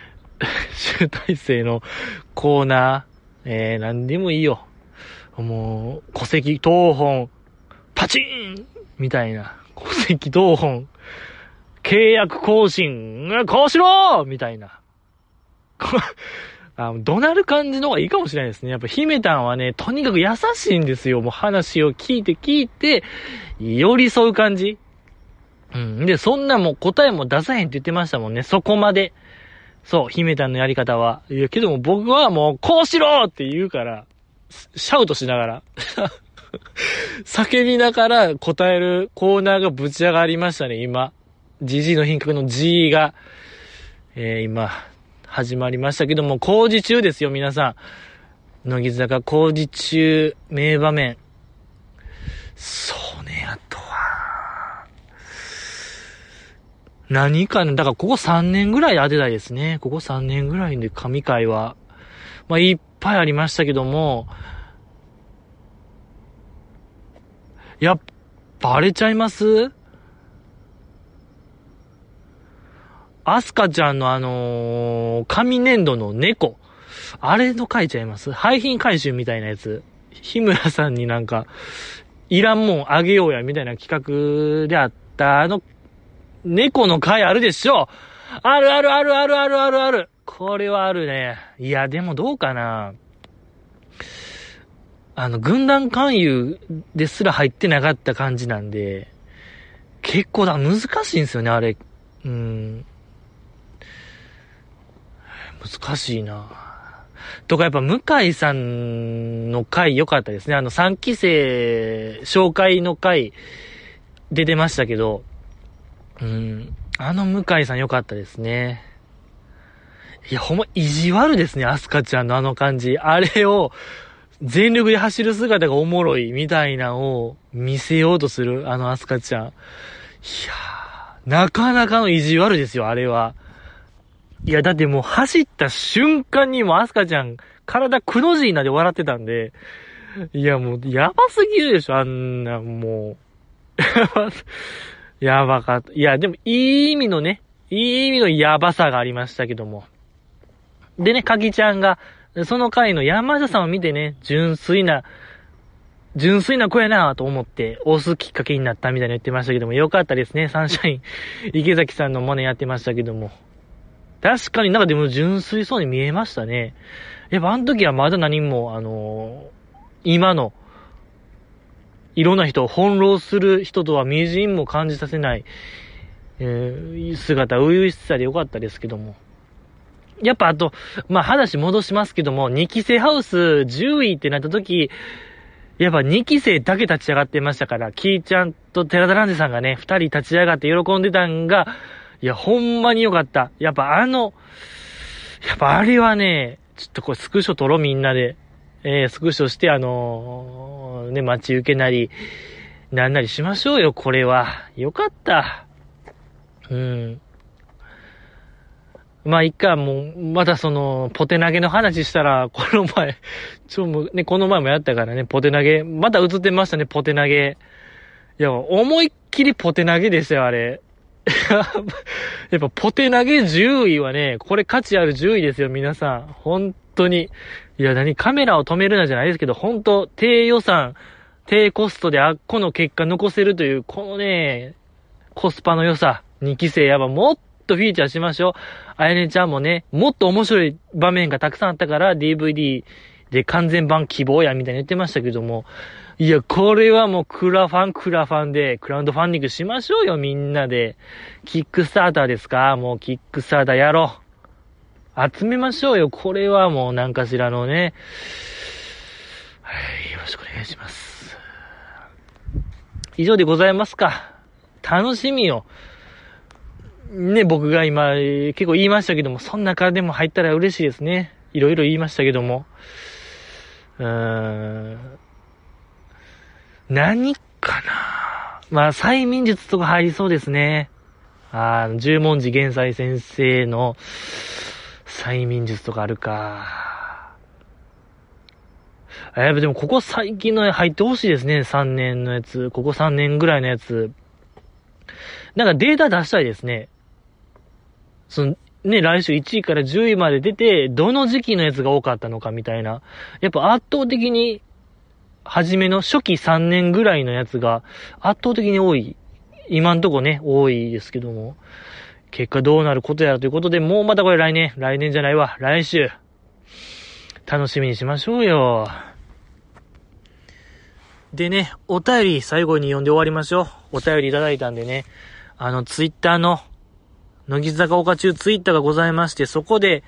のコーナー、なんでもいいよ。もう、戸籍謄本、パチーンみたいな。戸籍謄本、契約更新、こうしろみたいな。怒鳴る感じの方がいいかもしれないですね。やっぱ姫たんはね、とにかく優しいんですよ。もう話を聞いて、寄り添う感じ。うん。で、そんなもう答えも出さへんって言ってましたもんね。そこまで。そう、姫たんのやり方は。いや、けども僕はもう、こうしろって言うから、シャウトしながら。叫びながら答えるコーナーがぶち上がりましたね、今。GG の品格の G が、今、始まりましたけども、工事中ですよ、皆さん。乃木坂工事中、名場面。そうね、あとは、何かね、だからここ3年ぐらい当てたいですね。ここ3年ぐらいで神回は、まあ、いっぱいありましたけども、やっぱバレちゃいます？アスカちゃんの紙粘土の猫。あれの書いちゃいます？廃品回収みたいなやつ。日村さんになんか、いらんもんあげようやみたいな企画であった、猫の回あるでしょ？ある。これはあるね。いや、でもどうかな。軍団勧誘ですら入ってなかった感じなんで、結構難しいんですよね、あれ。難しいな。とかやっぱ向井さんの回良かったですね。3期生紹介の回出てましたけど、向井さん良かったですね。いや、ほんま意地悪ですね、アスカちゃんのあの感じ。あれを、全力で走る姿がおもろいみたいなのを見せようとする、アスカちゃん。いやー、なかなかの意地悪ですよ、あれは。 いや、だってもう走った瞬間にもうアスカちゃん、体くの字になって笑ってたんで、いや、もう、やばすぎるでしょ、あんな、もう。やばかった。いや、でも、いい意味のやばさがありましたけども。でね、かきちゃんが、その回の山下さんを見てね、純粋な子やなと思って押すきっかけになったみたいに言ってましたけども、よかったですね。サンシャイン、池崎さんの真似やってましたけども。確かになんかでも純粋そうに見えましたね。やっぱあの時はまだ何も、今の、いろんな人を翻弄する人とは微塵も感じさせない、姿、初々しさでよかったですけども。やっぱあと、まあ、話戻しますけども、2期生ハウス10位ってなった時、やっぱ2期生だけ立ち上がってましたから、キーちゃんと寺田蘭ジさんがね、2人立ち上がって喜んでたんが、いや、ほんまによかった。やっぱあれはね、ちょっとこれスクショ撮ろうみんなで。スクショして待ち受けなり、なんなりしましょうよ、これは。よかった。まあ、いっか、もう、またポテ投げの話したら、この前もやったからね、ポテ投げ、また映ってましたね、ポテ投げ。いや、思いっきりポテ投げでしたよ、あれ。やっぱ、ポテ投げ10位はね、これ価値ある10位ですよ、皆さん。本当に。いや、カメラを止めるなじゃないですけど、本当低予算、低コストでこの結果残せるという、このね、コスパの良さ、2期生やっぱもっとフィーチャーしましょう。あやねちゃんもね、もっと面白い場面がたくさんあったから DVD で完全版希望やみたいに言ってましたけども、いや、これはもうクラファンでクラウドファンディングしましょうよ、みんなで。キックスターターですか？もうキックスターターやろう。集めましょうよ。これはもう何かしらのね。はい、よろしくお願いします。以上でございますか。楽しみよ。ね、僕が今、結構言いましたけども、そん中でも入ったら嬉しいですね。いろいろ言いましたけども。何かな。まあ、催眠術とか入りそうですね。十文字玄斎先生の催眠術とかあるか。でもここ最近の入ってほしいですね。3年のやつ。ここ3年ぐらいのやつ。なんかデータ出したいですね。来週1位から10位まで出て、どの時期のやつが多かったのかみたいな。やっぱ圧倒的に、初めの初期3年ぐらいのやつが圧倒的に多い。今んとこね、多いですけども。結果どうなることやらということで、もうまたこれ来年じゃないわ、来週。楽しみにしましょうよ。でね、お便り最後に読んで終わりましょう。お便りいただいたんでね、ツイッターの、乃木坂岡中ツイッターがございまして、そこで、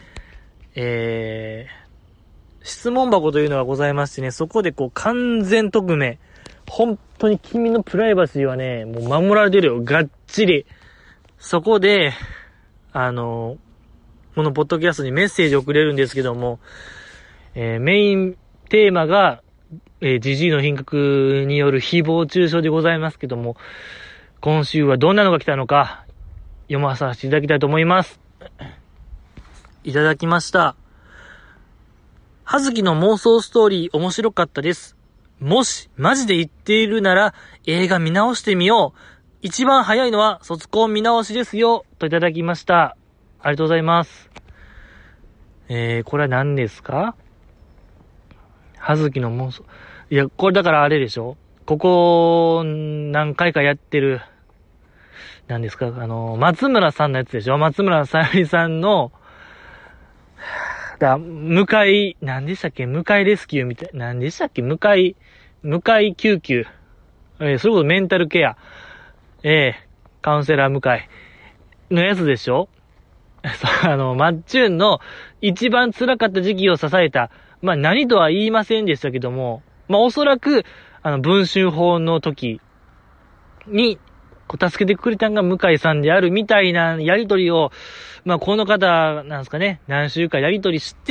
質問箱というのがございましてね、そこで完全匿名。本当に君のプライバシーはね、もう守られてるよ。がっちり。そこで、このポッドキャストにメッセージを送れるんですけども、メインテーマが、ジジイの品格による誹謗中傷でございますけども、今週はどんなのが来たのか、読まさせていただきたいと思います。いただきました。はずきの妄想ストーリー面白かったです。もしマジで言っているなら映画見直してみよう。一番早いのは卒コン見直しですよ。といただきました。ありがとうございます。これは何ですか？はずきの妄想。いや、これだからあれでしょ？ここ何回かやってる何ですか、松村さんのやつでしょ、松村さゆりさんの、何でしたっけ、向井レスキューみたい、何でしたっけ、向井救急。それこそメンタルケア。カウンセラー向井のやつでしょ。マッチューンの一番辛かった時期を支えた、まあ何とは言いませんでしたけども、まあおそらく、文春法の時に、助けてくれたんが向井さんであるみたいなやりとりを、まあこの方なんですかね、何週かやりとりして、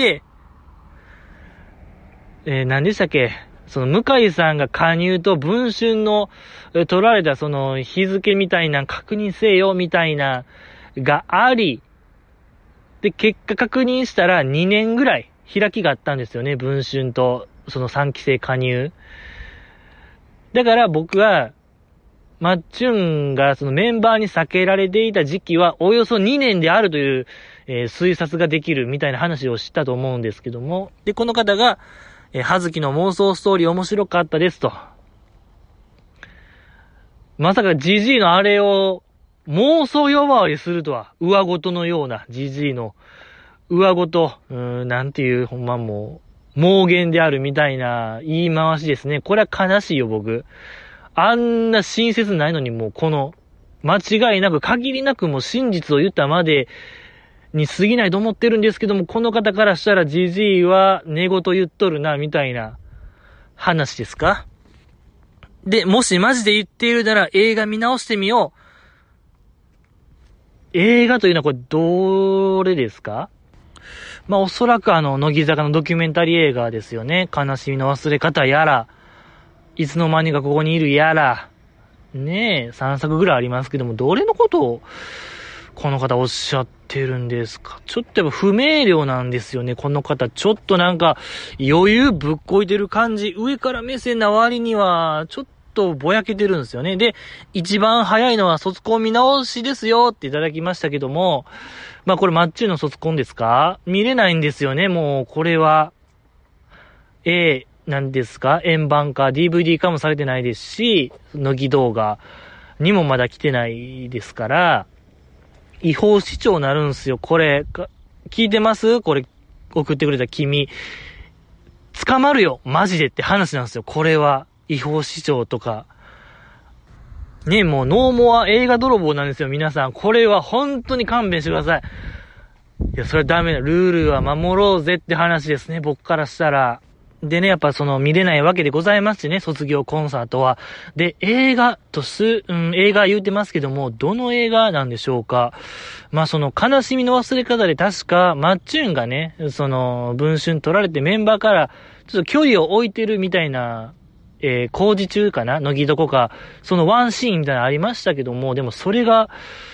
何でしたっけ、その向井さんが加入と文春の取られたその日付みたいな確認せよみたいながあり、 で、結果確認したら2年ぐらい開きがあったんですよね。文春とその3期生加入。だから僕は、マッチュンがそのメンバーに避けられていた時期はおよそ2年であるという、推察ができるみたいな話をしたと思うんですけども。で、この方が、はずきの妄想ストーリー面白かったですと。まさかジジイのあれを妄想呼ばわりするとは、上ごとのようなジジイの上ごと、なんていう、ほんまもう、妄言であるみたいな言い回しですね。これは悲しいよ、僕。あんな親切ないのにもうこの、間違いなく限りなくもう真実を言ったまでに過ぎないと思ってるんですけども、この方からしたらジジイは寝言言っとるな、みたいな話ですか？で、もしマジで言っているなら映画見直してみよう。映画というのはこれどれですか？まあおそらく乃木坂のドキュメンタリー映画ですよね。悲しみの忘れ方やら、いつの間にかここにいるやら、ねえ、3作ぐらいありますけども、どれのことをこの方おっしゃってるんですか？ちょっとやっぱ不明瞭なんですよね、この方。ちょっとなんか余裕ぶっこいてる感じ、上から目線な割には、ちょっとぼやけてるんですよね。で、一番早いのは卒コン見直しですよっていただきましたけども、まあこれマッチューの卒コンですか？見れないんですよね、もうこれは。なんですか？円盤化、DVD 化もされてないですし、乃木動画にもまだ来てないですから、違法視聴なるんすよ、これ。聞いてます？これ、送ってくれた君。捕まるよ、マジでって話なんですよ、これは。違法視聴とか。ね、もうノーモア映画泥棒なんですよ、皆さん。これは本当に勘弁してください。いや、それはダメだ。ルールは守ろうぜって話ですね、僕からしたら。でね、やっぱその見れないわけでございますしね、卒業コンサートは。で、映画言うてますけども、どの映画なんでしょうか。まあその悲しみの忘れ方で確か、マッチューンがね、その文春取られてメンバーからちょっと距離を置いてるみたいな、工事中かな、乃木どこか、そのワンシーンみたいなのありましたけども、でもそれが、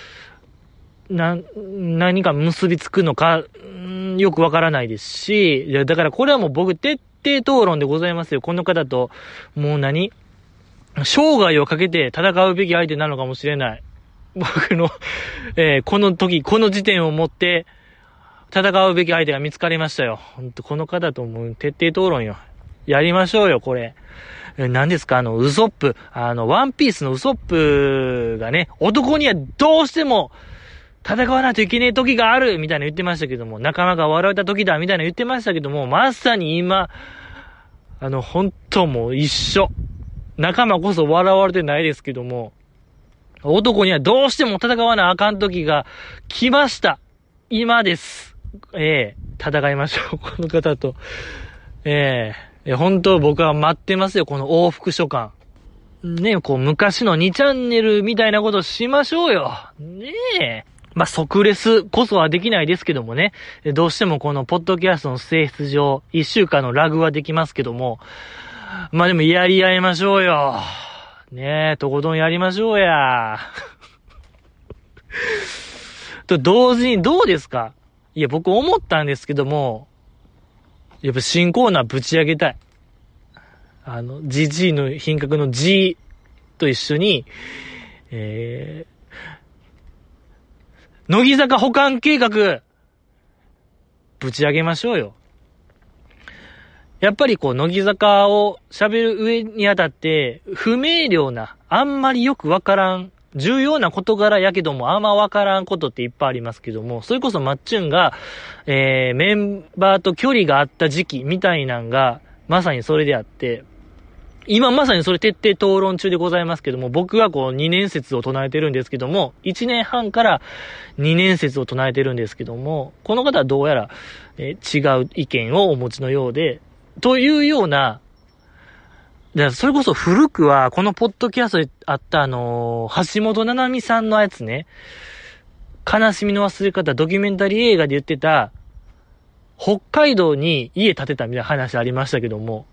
何か結びつくのか、よくわからないですし、いや、だからこれはもう僕徹底討論でございますよ。この方と、もう生涯をかけて戦うべき相手なのかもしれない。僕の、この時点をもって、戦うべき相手が見つかりましたよ。ほんと、この方ともう徹底討論よ。やりましょうよ、これ。何ですか、ウソップ。ワンピースのウソップがね、男にはどうしても、戦わないといけない時があるみたいな言ってましたけども、仲間が笑われた時だみたいな言ってましたけども、まさに今、本当もう一緒。仲間こそ笑われてないですけども、男にはどうしても戦わなあかん時が来ました。今です。戦いましょう。この方と。本当僕は待ってますよ。この往復書簡。ね、こう昔の2チャンネルみたいなことしましょうよ。ねえ。まあ、即レスこそはできないですけどもね。どうしてもこのポッドキャストの性質上、1週間のラグはできますけども。まあ、でもやり合いましょうよ。ねえ、とことんやりましょうや。と同時にどうですか？いや、僕思ったんですけども、やっぱ新コーナーぶち上げたい。GG の品格の G と一緒に、乃木坂保管計画、ぶち上げましょうよ。やっぱりこう、乃木坂を喋る上にあたって、不明瞭な、あんまりよくわからん、重要な事柄やけども、あんまわからんことっていっぱいありますけども、それこそマッチュンが、メンバーと距離があった時期みたいなんが、まさにそれであって、今まさにそれ徹底討論中でございますけども、僕はこう2年説を唱えてるんですけども、1年半から2年説を唱えてるんですけども、この方はどうやら、違う意見をお持ちのようで、というような、それこそ古くは、このポッドキャストであった橋本七海さんのやつね、悲しみの忘れ方ドキュメンタリー映画で言ってた、北海道に家建てたみたいな話ありましたけども、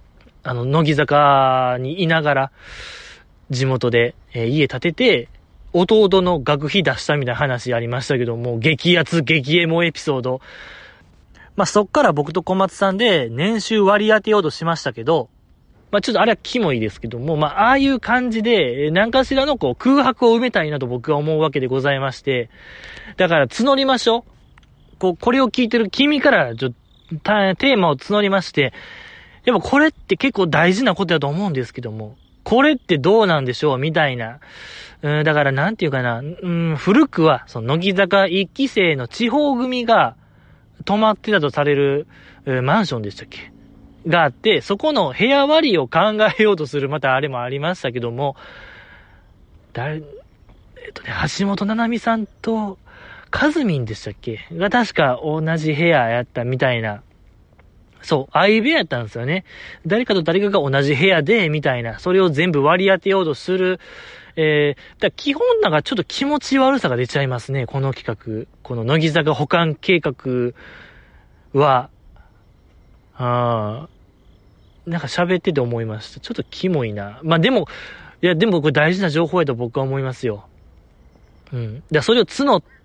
乃木坂にいながら、地元で、家建てて、 弟の学費出したみたいな話ありましたけども、激アツ、激エモエピソード。まあ、そっから僕と小松さんで年収割り当てようとしましたけど、まあ、ちょっとあれはキモいですけども、まあ、ああいう感じで、何かしらの空白を埋めたいなと僕は思うわけでございまして、だから募りましょう。これを聞いてる君からテーマを募りまして、やっぱこれって結構大事なことだと思うんですけども、これってどうなんでしょうみたいな。だからなんていうかな、古くは、乃木坂1期生の地方組が泊まってたとされる、マンションでしたっけがあって、そこの部屋割りを考えようとする、またあれもありましたけども、橋本七海さんと、かずみんでしたっけが確か同じ部屋やったみたいな。そう、相部屋やったんですよね。誰かと誰かが同じ部屋で、みたいな。それを全部割り当てようとする。基本なんかちょっと気持ち悪さが出ちゃいますね、この企画。この乃木坂保管計画は、なんか喋ってて思いました。ちょっとキモいな。まあでもこれ大事な情報やと僕は思いますよ。それを募って、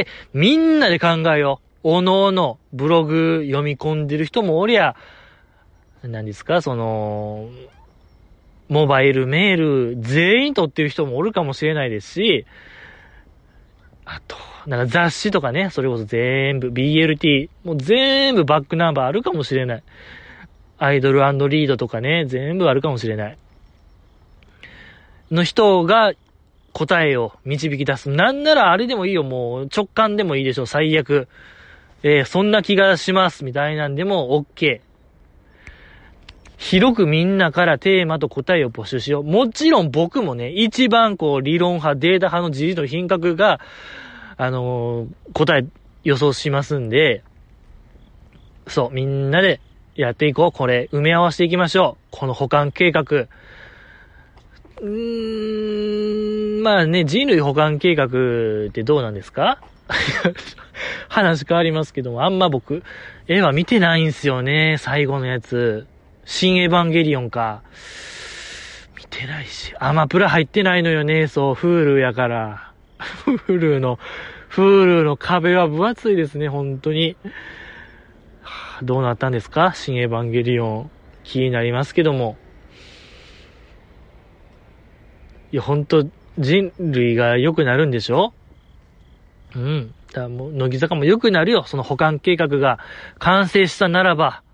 みんなで考えよう。おのおのブログ読み込んでる人もおりゃ、何ですか、モバイルメール全員取ってる人もおるかもしれないですし、あと、なんか雑誌とかね、それこそ全部 BLT、もう全部バックナンバーあるかもしれない。アイドル&リードとかね、全部あるかもしれない。の人が答えを導き出す。なんならあれでもいいよ、もう直感でもいいでしょ、最悪。そんな気がします、みたいなんでも OK。広くみんなからテーマと答えを募集しよう。もちろん僕もね、一番理論派、データ派の自治の品格が、答え予想しますんで、そう、みんなでやっていこう。これ、埋め合わせていきましょう。この保管計画。まあね、人類保管計画ってどうなんですか話変わりますけども、あんま僕、絵は見てないんすよね、最後のやつ。新エヴァンゲリオンか。見てないし。アマプラ入ってないのよね、そう、Hulu やから。Hulu の壁は分厚いですね、本当に。どうなったんですか、新エヴァンゲリオン。気になりますけども。いや、本当人類が良くなるんでしょ？だからもう、乃木坂も良くなるよ。その保管計画が完成したならば。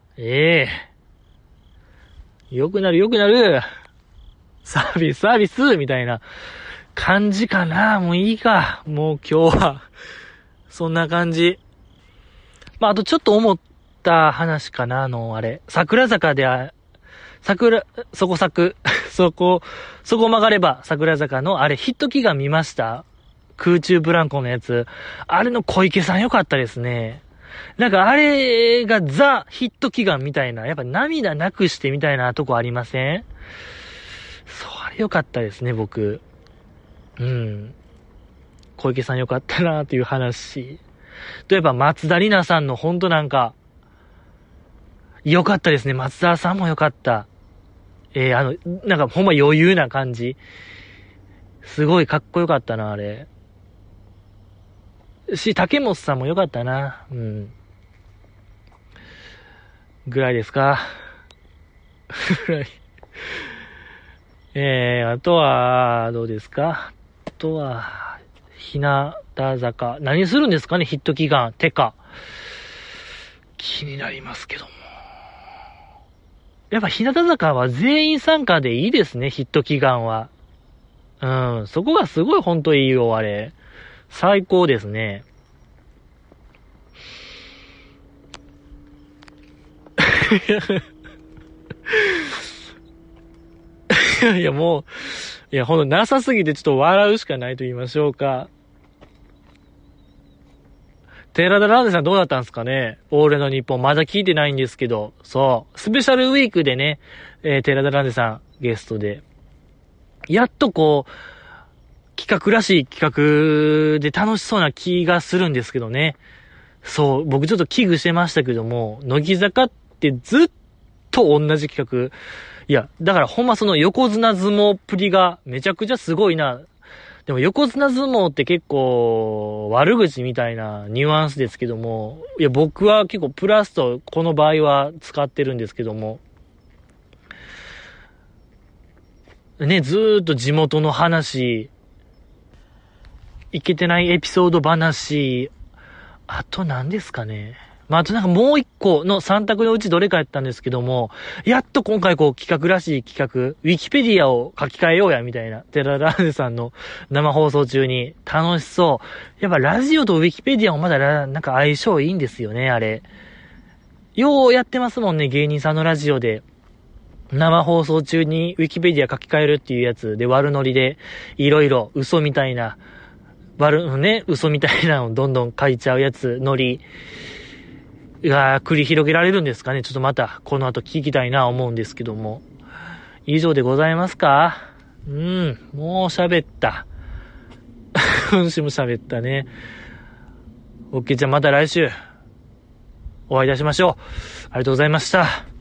良くなる。サービスみたいな感じかな。もういいか。もう今日は。そんな感じ。まあ、あとちょっと思った話かな。桜坂でそこ曲がれば桜坂のヒット祈願見ました？空中ブランコのやつ。あれの小池さん良かったですね。なんかあれがザ・ヒット祈願みたいな、やっぱ涙なくしてみたいなとこありません？そう、あれ良かったですね、僕。小池さん良かったなという話。例えば松田里奈さんのほんとなんか、良かったですね。松田さんも良かった。なんかほんま余裕な感じ。すごいかっこよかったな、あれ。竹本さんも良かったな。ぐらいですか。ぐらい。あとは、どうですか？あとは、日向坂。何するんですかね、ヒット祈願。てか。気になりますけども。やっぱ日向坂は全員参加でいいですね、ヒット祈願は。そこがすごいほんといいよ、あれ。最高ですね。いや、もう、ほんとなさすぎてちょっと笑うしかないと言いましょうか。寺田ランデさんどうだったんですかね？オールの日本。まだ聞いてないんですけど。そう。スペシャルウィークでね、寺田ランデさんゲストで。やっと企画らしい企画で楽しそうな気がするんですけどね。そう。僕ちょっと危惧してましたけども、乃木坂ってずっと同じ企画。いや、だからほんまその横綱相撲っぷりがめちゃくちゃすごいな。 でも横綱相撲って結構悪口みたいなニュアンスですけども、いや僕は結構プラスとこの場合は使ってるんですけども、ね、ずーっと地元の話、いけてないエピソード話、あと何ですかね。まあ、あとなんかもう一個の3択のうちどれかやったんですけども、やっと今回こう企画らしい企画、ウィキペディアを書き換えようやみたいな、テララーゼさんの生放送中に楽しそう。やっぱラジオとウィキペディアもまだなんか相性いいんですよね、あれ。ようやってますもんね、芸人さんのラジオで。生放送中にウィキペディア書き換えるっていうやつで悪ノリで、いろいろ嘘みたいな、嘘みたいなのをどんどん書いちゃうやつ、ノリが繰り広げられるんですかね。ちょっとまたこの後聞きたいな思うんですけども。以上でございますか？もう喋った。今週も喋ったね。OK、じゃあまた来週お会いいたしましょう。ありがとうございました。